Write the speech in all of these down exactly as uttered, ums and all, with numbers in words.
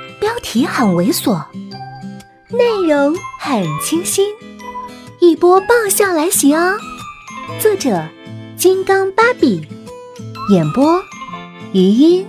标题很猥琐，内容很清新，一波爆笑来袭哦！作者金刚芭比，演播余音。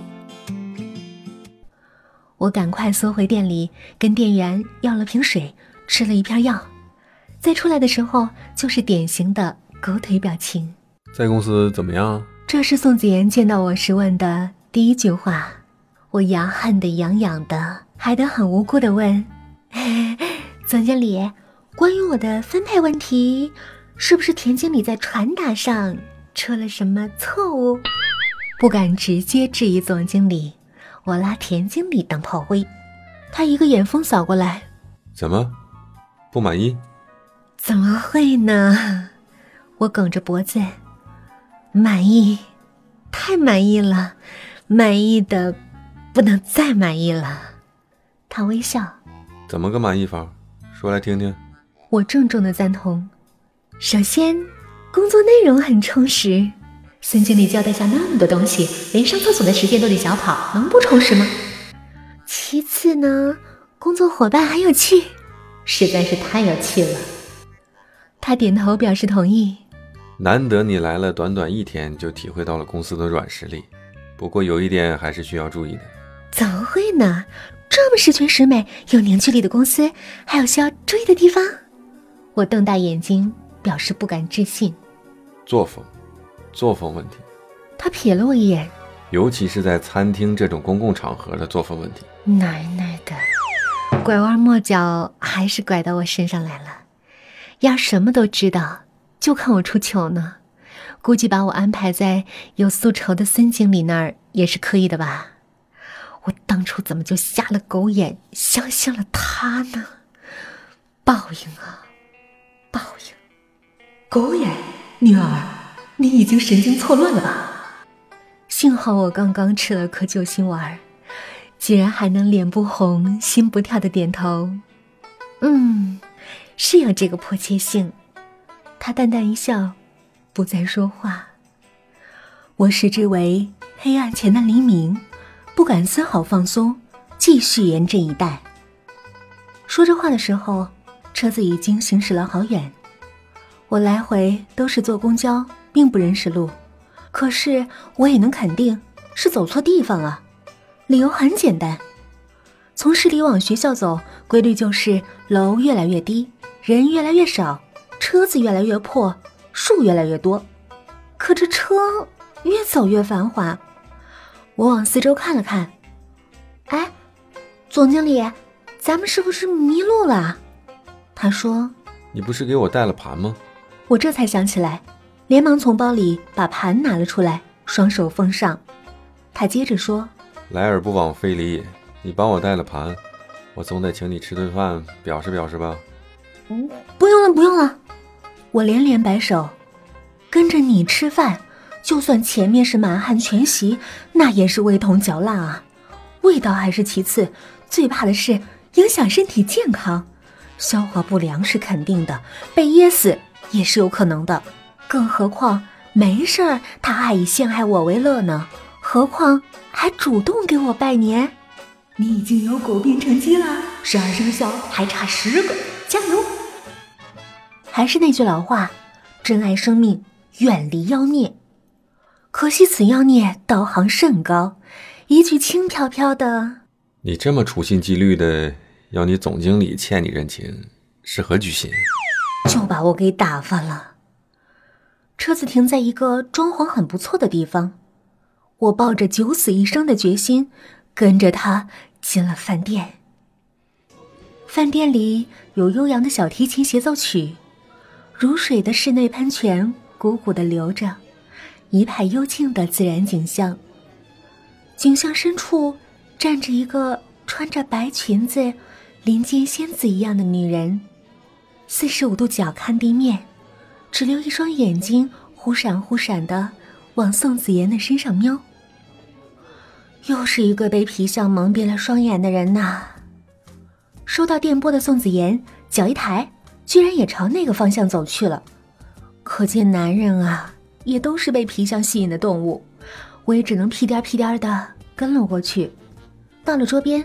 我赶快缩回店里，跟店员要了瓶水，吃了一片药。再出来的时候，就是典型的狗腿表情。 在公司怎么样？ 这是宋子妍见到我时问的第一句话。我牙恨得痒痒的，还得很无辜地问：总经理，关于我的分配问题，是不是田经理在传达上出了什么错误？不敢直接质疑总经理，我拉田经理当炮灰。他一个眼风扫过来： 怎么不满意？ 怎么会呢？我梗着脖子：满意，太满意了，满意的不能再满意了。他微笑： 怎么个满意法？说来听听。 我郑重的赞同。首先，工作内容很充实，孙经理交代下那么多东西，连上厕所的时间都得小跑，能不充实吗？其次呢，工作伙伴很有趣，实在是太有趣了。他点头表示同意。 难得你来了短短一天就体会到了公司的软实力，不过有一点还是需要注意的。 怎么会呢？这么十全十美有凝聚力的公司，还有需要注意的地方？我瞪大眼睛表示不敢置信。 作风作风问题。 他瞥了我一眼。 尤其是在餐厅这种公共场合的作风问题。 奶奶的，拐弯抹角还是拐到我身上来了。要什么都知道，就看我出糗呢。估计把我安排在有宿仇的孙经理那儿也是刻意的吧。我当初怎么就瞎了狗眼，相信了他呢？报应啊，报应！狗眼，女儿，你已经神经错乱了吧？幸好我刚刚吃了颗救心丸，居然还能脸不红心不跳的点头。嗯，是有这个迫切性。他淡淡一笑，不再说话。我视之为黑暗前的黎明，不敢丝毫放松，继续严阵以待。说这话的时候，车子已经行驶了好远。我来回都是坐公交，并不认识路，可是我也能肯定是走错地方了。理由很简单，从市里往学校走，规律就是楼越来越低，人越来越少，车子越来越破，树越来越多。可这车越走越繁华。我往四周看了看，哎，总经理，咱们是不是迷路了？他说： 你不是给我带了盘吗？ 我这才想起来，连忙从包里把盘拿了出来，双手奉上。他接着说： 来而不往非礼也，你帮我带了盘，我总得请你吃顿饭表示表示吧。 嗯，不用了不用了。我连连摆手，跟着你吃饭，就算前面是满汉全席，那也是味同嚼蜡啊。味道还是其次，最怕的是影响身体健康。消化不良是肯定的，被噎死也是有可能的。更何况没事儿他还以陷害我为乐呢，何况还主动给我拜年。你已经有狗病成疾了，十二生肖还差十个，加油！还是那句老话，珍爱生命，远离妖孽。可惜此妖孽道行甚高，一句轻飘飘的你这么处心积虑的要你总经理欠你人情，是何居心？ 就把我给打发了。车子停在一个装潢很不错的地方，我抱着九死一生的决心，跟着他进了饭店。饭店里有悠扬的小提琴协奏曲，如水的室内喷泉汩汩地流着，一派幽静的自然景象。景象深处站着一个穿着白裙子林间仙子一样的女人，四十五度角看地面，只留一双眼睛忽闪忽闪的往宋子妍的身上瞄。又是一个被皮相蒙蔽了双眼的人呐！收到电波的宋子妍脚一抬，居然也朝那个方向走去了。可见男人啊，也都是被皮相吸引的动物。我也只能屁颠屁颠的跟了过去。到了桌边，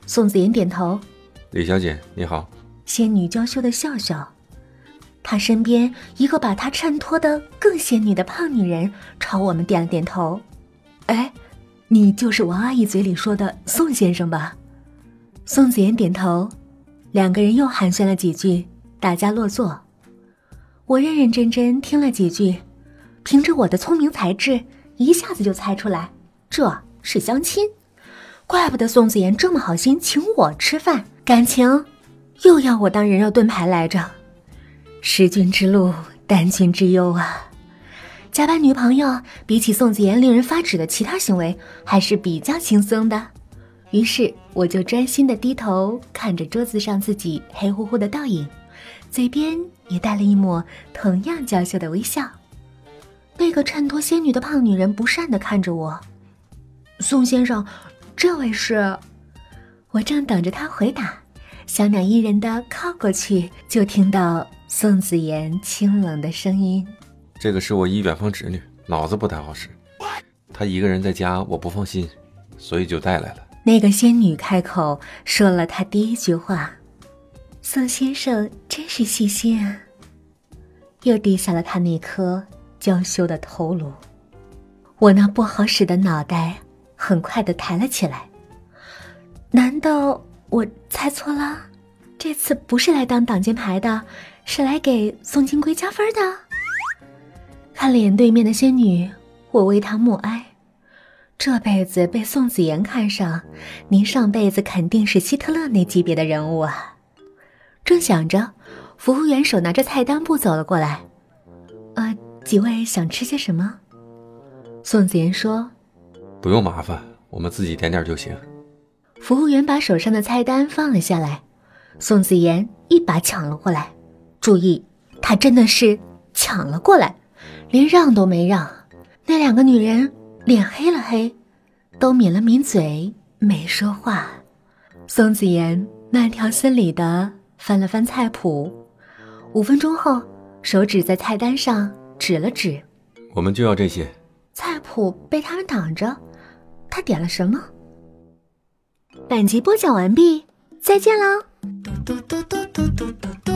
宋子妍点头。 李小姐你好。 仙女娇羞的笑笑，她身边一个把她衬托得更仙女的胖女人朝我们点了点头。哎，你就是王阿姨嘴里说的宋先生吧？宋子妍点头，两个人又寒暄了几句，大家落座。我认认真真听了几句，凭着我的聪明才智，一下子就猜出来这是相亲。怪不得宋子妍这么好心请我吃饭，感情又要我当人肉盾牌来着。识君之路，担君之忧啊！加班女朋友比起宋子妍令人发指的其他行为，还是比较轻松的。于是我就专心地低头看着桌子上自己黑乎乎的倒影，嘴边也带了一抹同样娇羞的微笑。那个衬托仙女的胖女人不善地看着我。宋先生，这位是……我正等着他回答，小鸟依人地靠过去，就听到宋子妍清冷的声音： 这个是我一远方侄女，脑子不太好使，她一个人在家我不放心，所以就带来了。 那个仙女开口说了她第一句话：宋先生真是细心啊，又低下了她那颗娇羞的头颅。我那不好使的脑袋很快地抬了起来。难道我猜错了？这次不是来当挡箭牌的，是来给宋金龟加分的？看脸对面的仙女，我为她默哀。这辈子被宋子妍看上，您上辈子肯定是希特勒那级别的人物啊！正想着，服务员手拿着菜单簿走了过来。呃，几位想吃些什么？宋子妍说： 不用麻烦，我们自己点点就行。 服务员把手上的菜单放了下来，宋子妍一把抢了过来。注意，她真的是抢了过来，连让都没让。那两个女人脸黑了黑，都抿了抿嘴，没说话。宋子妍慢条斯理地翻了翻菜谱，五分钟后，手指在菜单上指了指： 我们就要这些。 菜谱被他们挡着，他点了什么？本集播讲完毕，再见喽。